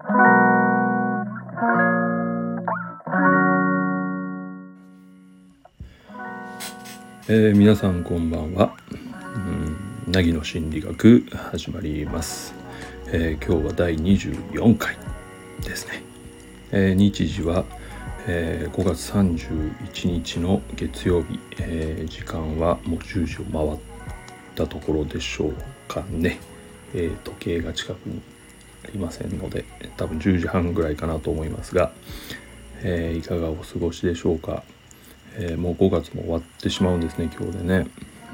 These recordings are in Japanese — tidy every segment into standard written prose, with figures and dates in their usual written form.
皆さんこんばんは。凪の心理学始まります。今日は第24回ですね。日時は、5月31日の月曜日、時間はもう10時を回ったところでしょうかね。時計が近くにありませんので多分10時半ぐらいかなと思いますが、いかがお過ごしでしょうか。もう5月も終わってしまうんですね、今日でね。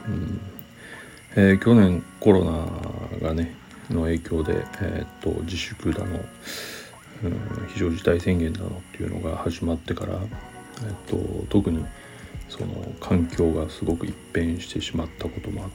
去年コロナがねの影響で、自粛だの、非常事態宣言だのっていうのが始まってから、特にその環境がすごく一変してしまったこともあって、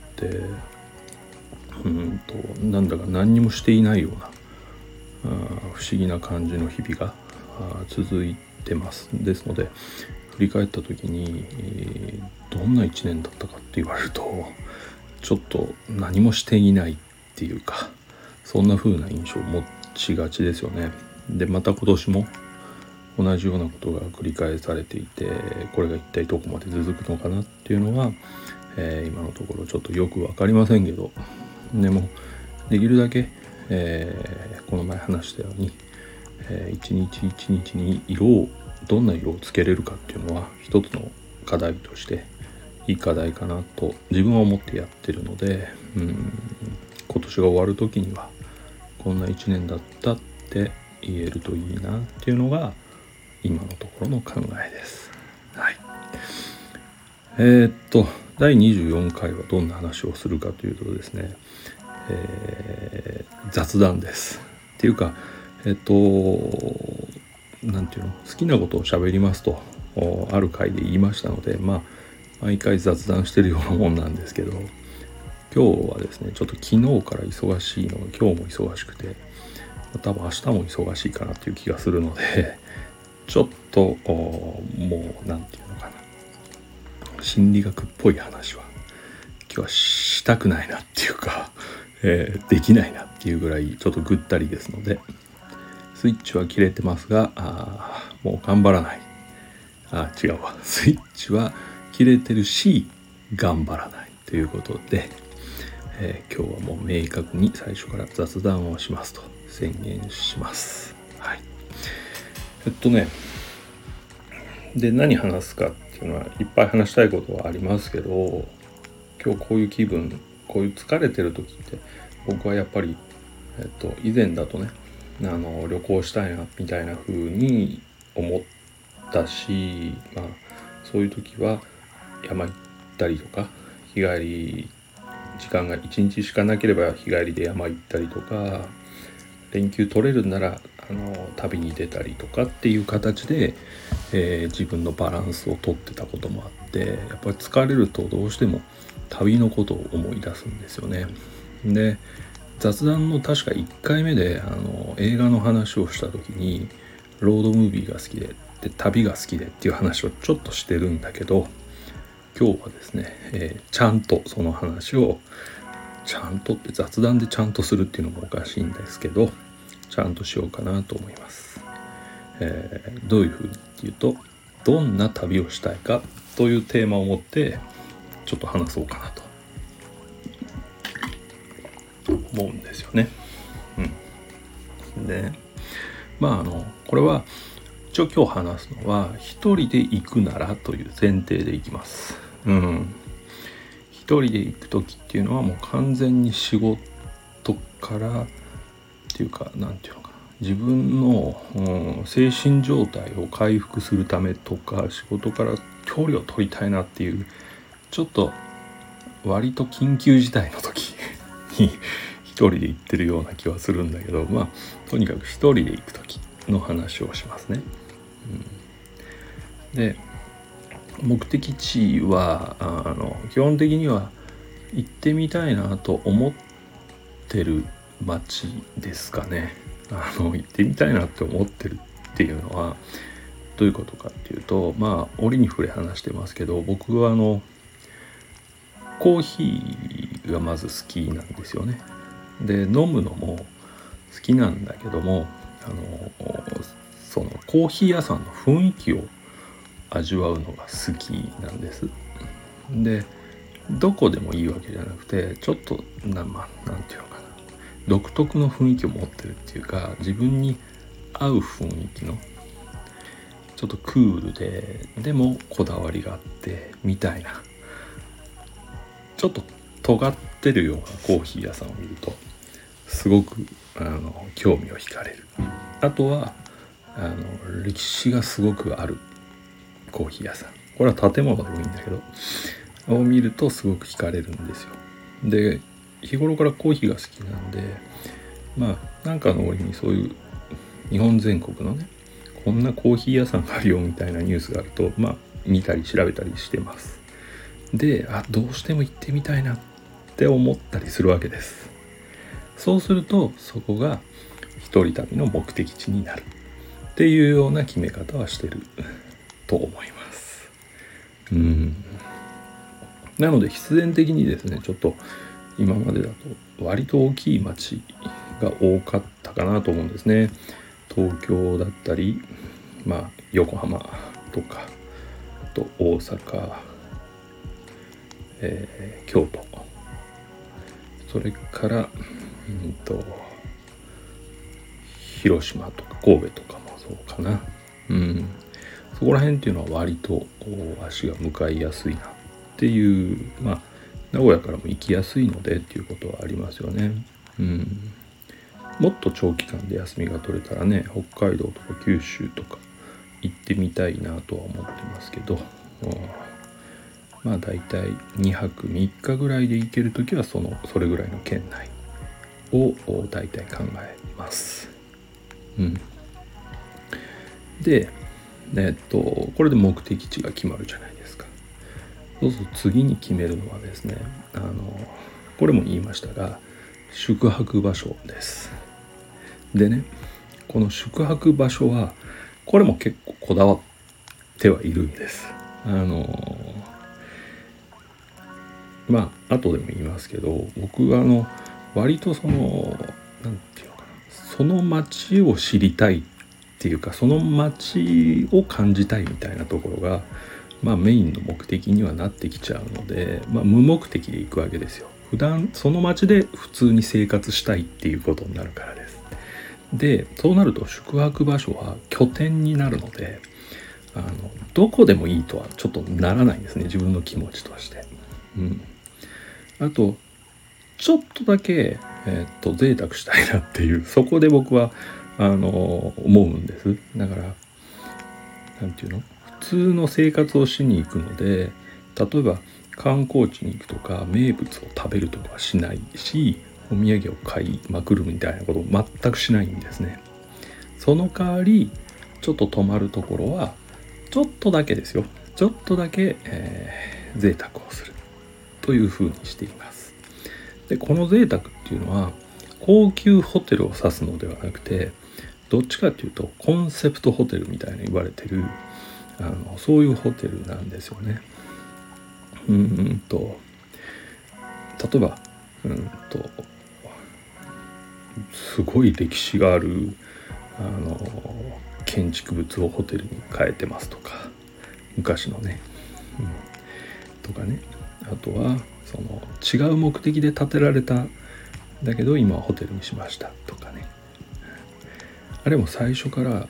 なんだか何にもしていないような不思議な感じの日々が続いてます。ですので振り返った時に、どんな1年だったかって言われるとちょっと何もしていないっていうか、そんな風な印象を持ちがちですよね。でまた今年も同じようなことが繰り返されていて、これが一体どこまで続くのかなっていうのは、今のところちょっとよく分かりませんけど、でもできるだけ、この前話したように、一日一日にどんな色をつけれるかっていうのは一つの課題としていい課題かなと自分は思ってやってるので、今年が終わる時にはこんな1年だったって言えるといいなっていうのが今のところの考えです。はい。第24回はどんな話をするかというとですね、雑談です。っていうかなんていうの、好きなことを喋りますとある回で言いましたので、毎回雑談してるようなもんなんですけど、今日はですねちょっと昨日から忙しいのが今日も忙しくて、多分明日も忙しいかなっていう気がするのでちょっともうなんていうのかな、心理学っぽい話は今日はしたくないなっていうか、できないなっていうぐらいちょっとぐったりですので、スイッチは切れてますがもう頑張らない。違うわ、スイッチは切れてるし頑張らないということで、今日はもう明確に最初から雑談をしますと宣言します。はい。で何話すかっていうのはいっぱい話したいことはありますけど、今日こういう気分、こういう疲れてる時って僕はやっぱり、以前だとね旅行したいなみたいな風に思ったし、そういう時は山行ったりとか、日帰り時間が1日しかなければ日帰りで山行ったりとか、連休取れるなら旅に出たりとかっていう形で、自分のバランスをとってたこともあって、やっぱり疲れるとどうしても旅のことを思い出すんですよね。で雑談の確か1回目で映画の話をした時にロードムービーが好きで旅が好きでっていう話をちょっとしてるんだけど、今日はですね、ちゃんとその話をちゃんとって雑談でちゃんとするっていうのもおかしいんですけど、ちゃんとしようかなと思います。どういうふうにっていうと、どんな旅をしたいかというテーマを持ってちょっと話そうかなと思うんですよね。でこれは一応今日話すのは一人で行くならという前提でいきます。一人で行く時っていうのはもう完全に仕事からっていうか、なんていうのかな、自分の、精神状態を回復するためとか、仕事から距離を取りたいなっていうちょっと割と緊急事態の時に一人で行ってるような気はするんだけど、とにかく一人で行く時の話をしますね。で目的地は基本的には行ってみたいなと思ってる街ですかね。行ってみたいなって思ってるっていうのはどういうことかっていうと、折に触れ話してますけど、僕はコーヒーがまず好きなんですよね。で飲むのも好きなんだけども、 そのコーヒー屋さんの雰囲気を味わうのが好きなんです。でどこでもいいわけじゃなくて、ちょっとなんていうのかな、独特の雰囲気を持ってるっていうか、自分に合う雰囲気のちょっとクールでもこだわりがあってみたいな、ちょっと尖ってるようなコーヒー屋さんを見るとすごく興味を惹かれる。あとは歴史がすごくあるコーヒー屋さん、これは建物でもいいんだけどを見るとすごく惹かれるんですよ。で日頃からコーヒーが好きなんで、なんかの折にそういう日本全国のね、こんなコーヒー屋さんがあるよみたいなニュースがあると見たり調べたりしてます。でどうしても行ってみたいなって思ったりするわけです。そうするとそこが一人旅の目的地になるっていうような決め方はしてると思います。なので必然的にですね、ちょっと今までだと割と大きい町が多かったかなと思うんですね。東京だったり、横浜とか、あと大阪、京都、それから広島とか神戸とかもそうかな。そこら辺っていうのは割と足が向かいやすいなっていう、名古屋からも行きやすいのでっていうことはありますよね。もっと長期間で休みが取れたらね、北海道とか九州とか行ってみたいなとは思ってますけど、だいたい2泊3日ぐらいで行けるときはそれぐらいの県内をだいたい考えます。で、これで目的地が決まるじゃないですか。そうすると次に決めるのはですね、これも言いましたが、宿泊場所です。でね、この宿泊場所はこれも結構こだわってはいるんです。後でも言いますけど、僕は割となんていうのかな、その街を知りたいっていうか、その街を感じたいみたいなところがメインの目的にはなってきちゃうので、無目的で行くわけですよ。普段その街で普通に生活したいっていうことになるからです。でそうなると宿泊場所は拠点になるので、どこでもいいとはちょっとならないんですね、自分の気持ちとして。あとちょっとだけ、贅沢したいなっていう、そこで僕は思うんです。だからなんていうの、普通の生活をしに行くので、例えば観光地に行くとか名物を食べるとかはしないし、お土産を買いまくるみたいなことを全くしないんですね。その代わりちょっと泊まるところはちょっとだけですよ、ちょっとだけ、贅沢をするというふうにしています。でこの贅沢っていうのは高級ホテルを指すのではなくて、どっちかっていうとコンセプトホテルみたいに言われてるそういうホテルなんですよね。例えばすごい歴史がある建築物をホテルに変えてますとか、昔のね、とかね、あとはその違う目的で建てられただけど今はホテルにしましたとかね。あれも最初から例え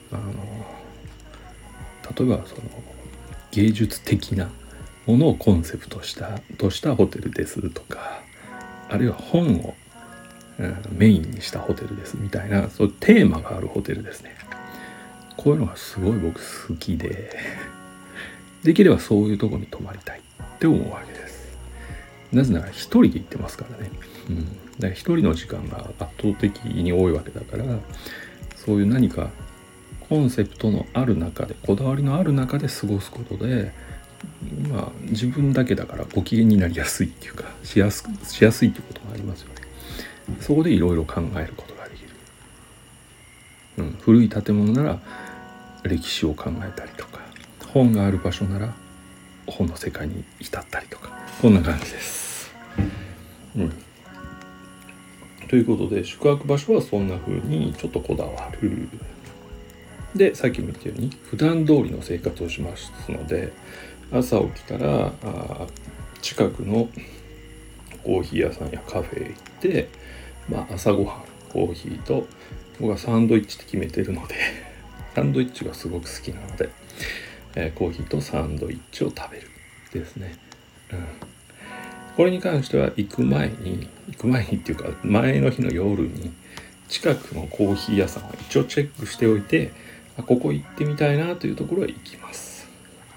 ばその芸術的なものをコンセプトとしたホテルですとか、あるいは本をメインにしたホテルですみたいな、そういうテーマがあるホテルですね。こういうのがすごい僕好きで、できればそういうとこに泊まりたいって思うわけです。なぜなら一人で行ってますからね。だから一人の時間が圧倒的に多いわけだから、そういう何かコンセプトのある中で、こだわりのある中で過ごすことで、自分だけだからご機嫌になりやすいっていうか、しやすいっていうことがありますよね。そこでいろいろ考えることができる。古い建物なら歴史を考えたりとか、本がある場所なら本の世界に浸ったりとか、こんな感じです。 ということで、宿泊場所はそんな風にちょっとこだわる。で、さっきも言ったように普段通りの生活をしますので、朝起きたら近くのコーヒー屋さんやカフェへ行って、朝ごはんコーヒーと、僕はサンドイッチって決めてるのでサンドイッチがすごく好きなので、コーヒーとサンドイッチを食べるですね。これに関しては行く前にっていうか、前の日の夜に近くのコーヒー屋さんを一応チェックしておいて、ここ行ってみたいなというところは行きます。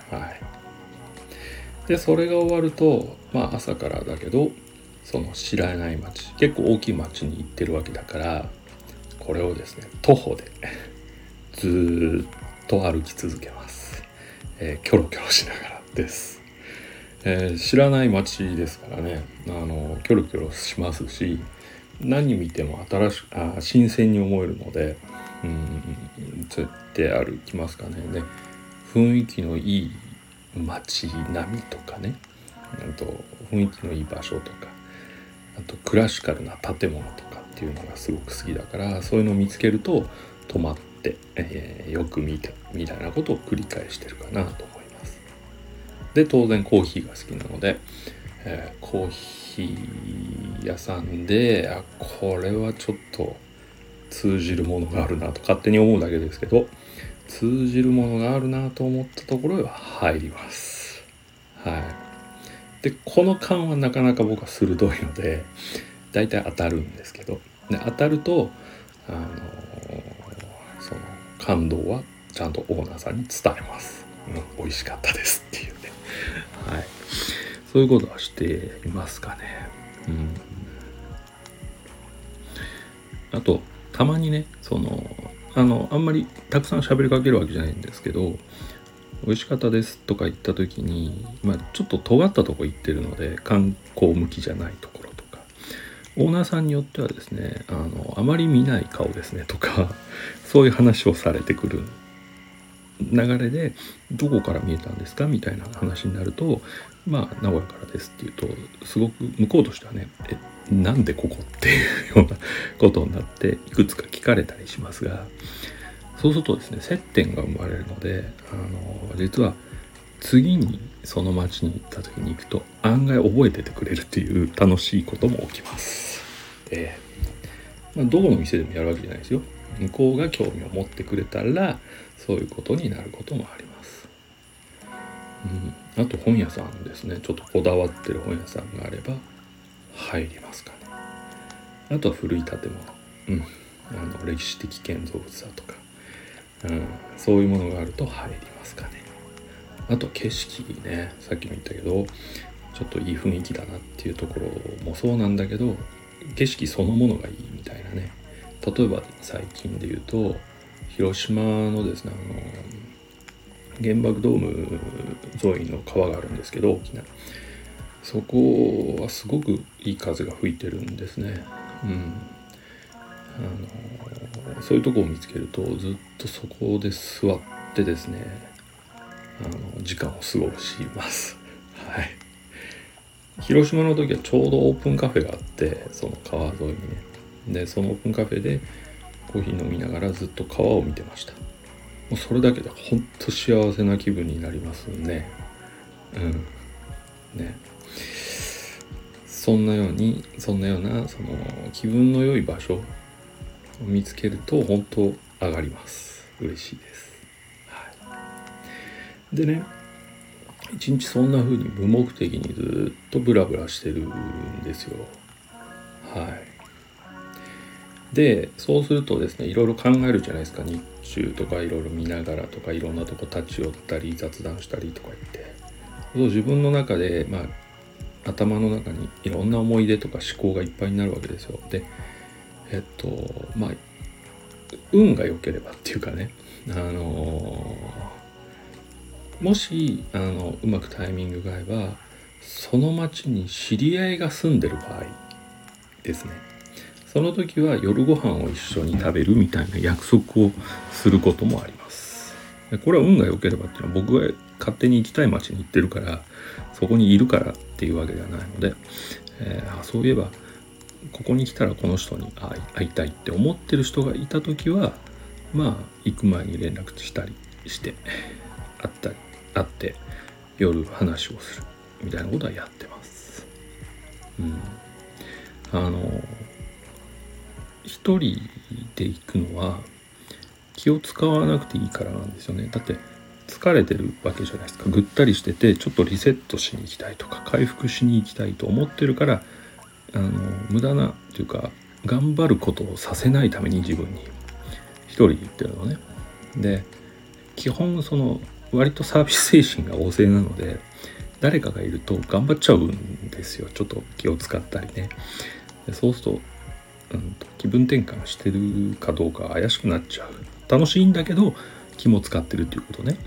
でそれが終わると、朝からだけどその知らない町、結構大きい町に行ってるわけだから、これをですね徒歩でずっと歩き続けます。キョロキョロしながらです。知らない町ですからね、キョロキョロしますし、何見ても新鮮に思えるので、そうやって歩きますかね。で、雰囲気のいい街並みとかね、あと雰囲気のいい場所とか、あとクラシカルな建物とかっていうのがすごく好きだから、そういうのを見つけると止まって、よく見てみたいなことを繰り返してるかなと思います。で、当然コーヒーが好きなので、コーヒー屋さんでこれはちょっと通じるものがあるなと勝手に思うだけですけど、通じるものがあるなと思ったところへは入ります。でこの勘はなかなか僕は鋭いので、だいたい当たるんですけど、で当たるとその感動はちゃんとオーナーさんに伝えます。美味しかったですっていうね。そういうことはしていますかね。あとたまにね、あんまりたくさん喋りかけるわけじゃないんですけど、美味しかったですとか言った時に、ちょっと尖ったとこ行ってるので、観光向きじゃないところとか、オーナーさんによってはですね、あまり見ない顔ですねとかそういう話をされてくる流れで、どこから見えたんですかみたいな話になると、名古屋からですっていうと、すごく向こうとしてはね、なんでここっていうようなことになっていくつか聞かれたりしますが、そうするとですね、接点が生まれるので、実は次にその町に行った時に行くと案外覚えててくれるっていう楽しいことも起きます。どこの店でもやるわけじゃないですよ。向こうが興味を持ってくれたらそういうことになることもあります。あと本屋さんですね。ちょっとこだわってる本屋さんがあれば入りますかね。あとは古い建物、歴史的建造物だとか、そういうものがあると入りますかね。あと景色ね、さっきも言ったけどちょっといい雰囲気だなっていうところもそうなんだけど、景色そのものがいいみたいなね。例えば最近で言うと広島のですね、原爆ドーム沿いの川があるんですけど、大きな、そこはすごくいい風が吹いてるんですね。そういうとこを見つけるとずっとそこで座ってですね、時間を過ごします。広島の時はちょうどオープンカフェがあって、その川沿いにね、でそのオープンカフェでコーヒー飲みながらずっと川を見てました。もうそれだけでほんと幸せな気分になりますね。そんなようなその気分の良い場所を見つけると本当上がります。嬉しいです。でね、一日そんな風に無目的にずっとブラブラしてるんですよ。でそうするとですね、いろいろ考えるじゃないですか。日中とかいろいろ見ながらとか、いろんなとこ立ち寄ったり雑談したりとか言って、自分の中で頭の中にいろんな思い出とか思考がいっぱいになるわけですよ。で運が良ければっていうかね、もしうまくタイミングが合えば、その町に知り合いが住んでる場合ですね、その時は夜ご飯を一緒に食べるみたいな約束をすることもあります。これは運が良ければっていうのは、僕が勝手に行きたい町に行ってるから、そこにいるからっていうわけではないので、そういえばここに来たらこの人に会いたいって思ってる人がいた時は行く前に連絡したりして会って夜話をするみたいなことはやってます。一人で行くのは気を使わなくていいからなんですよね。だって疲れてるわけじゃないですか。ぐったりしててちょっとリセットしに行きたいとか回復しに行きたいと思ってるから、無駄なというか頑張ることをさせないために自分に一人で行ってるのね。で基本割とサービス精神が旺盛なので、誰かがいると頑張っちゃうんですよ。ちょっと気を使ったりね。でそうすると、気分転換してるかどうか怪しくなっちゃう。楽しいんだけど気も使ってるっていうことね。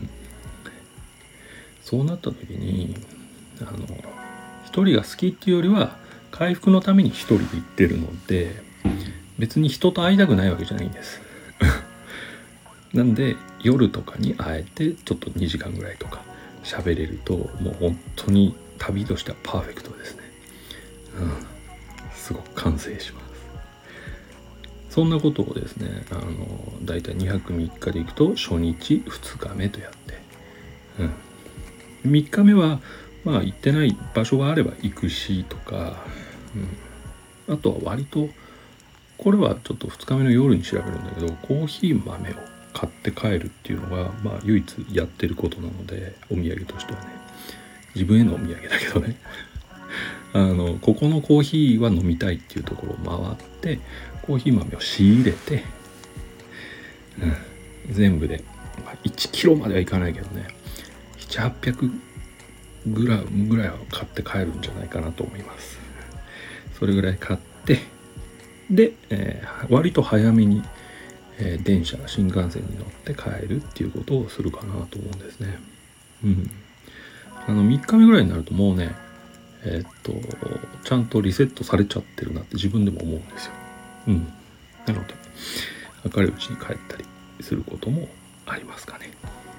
そうなった時に一人が好きっていうよりは回復のために一人で行ってるので、別に人と会いたくないわけじゃないんですなんで夜とかに会えてちょっと2時間ぐらいとか喋れるともう本当に旅としてはパーフェクトですね。すごく完成します。そんなことをですねだいたい2泊3日で行くと初日2日目とやって、3日目は行ってない場所があれば行くしとか、あとは割とこれはちょっと2日目の夜に調べるんだけど、コーヒー豆を買って帰るっていうのが唯一やってることなので、お土産としてはね、自分へのお土産だけどねここのコーヒーは飲みたいっていうところを回ってコーヒー豆を仕入れて、全部で、1キロまではいかないけどね、700-800グラムぐらいは買って帰るんじゃないかなと思います。それぐらい買ってで、割と早めに、新幹線に乗って帰るっていうことをするかなと思うんですね。3日目ぐらいになるともうねちゃんとリセットされちゃってるなって自分でも思うんですよ。なので明るいうちに帰ったりすることもありますかね。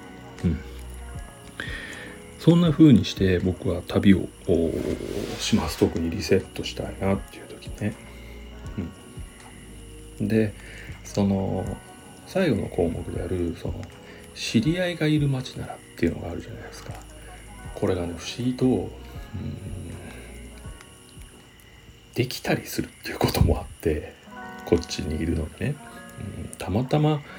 そんな風にして僕は旅をします。特にリセットしたいなっていう時ね。で最後の項目である知り合いがいる街ならっていうのがあるじゃないですか。これがね不思議とできたりするっていうこともあって、こっちにいるのにね、たまたま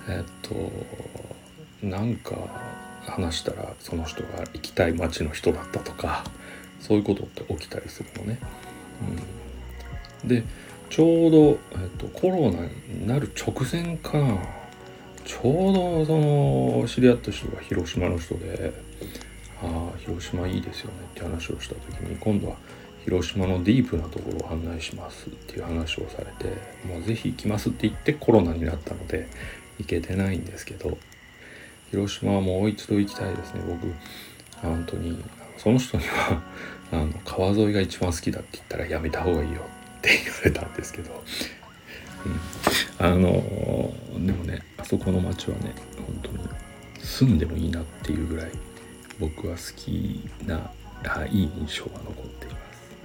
なんか話したらその人が行きたい街の人だったとか、そういうことって起きたりするのね。でちょうど、コロナになる直前かな、ちょうど知り合った人が広島の人で、広島いいですよねって話をした時に、今度は広島のディープなところを案内しますっていう話をされて、ぜひ行きますって言ってコロナになったので行けてないんですけど、広島はもう一度行きたいですね。僕本当にその人には川沿いが一番好きだって言ったらやめた方がいいよって言われたんですけど、でもね、あそこの町はね本当に住んでもいいなっていうぐらい僕は好きないい印象が残っています。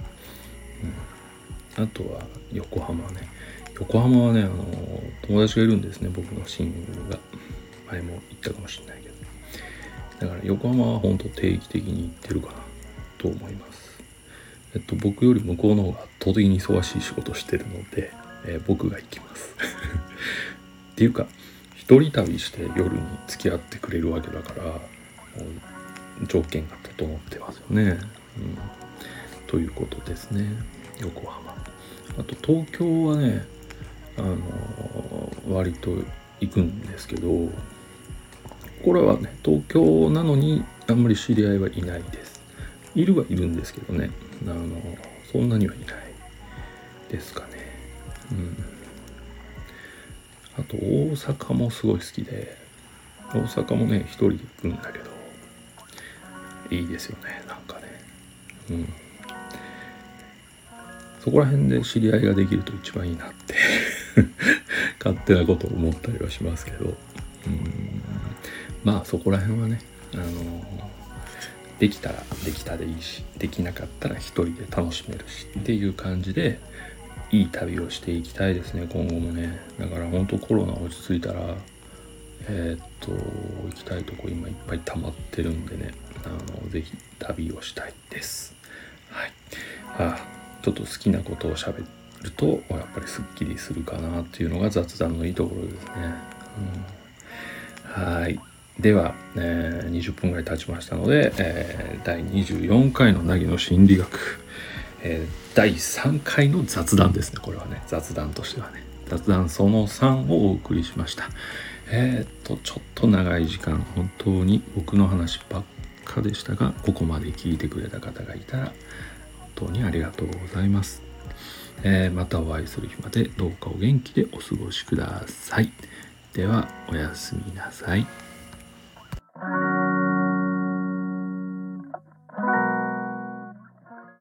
あとは横浜ね。横浜はね友達がいるんですね、僕の親友が。前も言ったかもしれないけど、だから横浜は本当定期的に行ってるかなと思います。僕より向こうの方が圧倒的に忙しい仕事してるので、僕が行きますっていうか一人旅して夜に付き合ってくれるわけだから、もう条件が整ってますよね。ということですね。横浜。あと東京はね割と行くんですけど、これはね東京なのにあんまり知り合いはいないです。いるはいるんですけどね、そんなにはいないですかね。あと大阪もすごい好きで、大阪もね一人で行くんだけどいいですよね、なんかね。そこら辺で知り合いができると一番いいなって勝手なことを思ったりはしますけど、そこら辺はねでできたらできたでいいし、できなかったら一人で楽しめるしっていう感じでいい旅をしていきたいですね、今後もね。だから本当コロナ落ち着いたら行きたいとこ今いっぱい溜まってるんでね、ぜひ旅をしたいです。はい。ちょっと好きなことを喋るとやっぱりすっきりするかなっていうのが雑談のいいところですね。はい。では、20分ぐらい経ちましたので、第24回の凪の心理学、第3回の雑談ですね。これはね、雑談としてはね、雑談その3をお送りしました。ちょっと長い時間本当に僕の話ばっかでしたが、ここまで聞いてくれた方がいたら本当にありがとうございます。またお会いする日までどうかお元気でお過ごしください。ではおやすみなさい。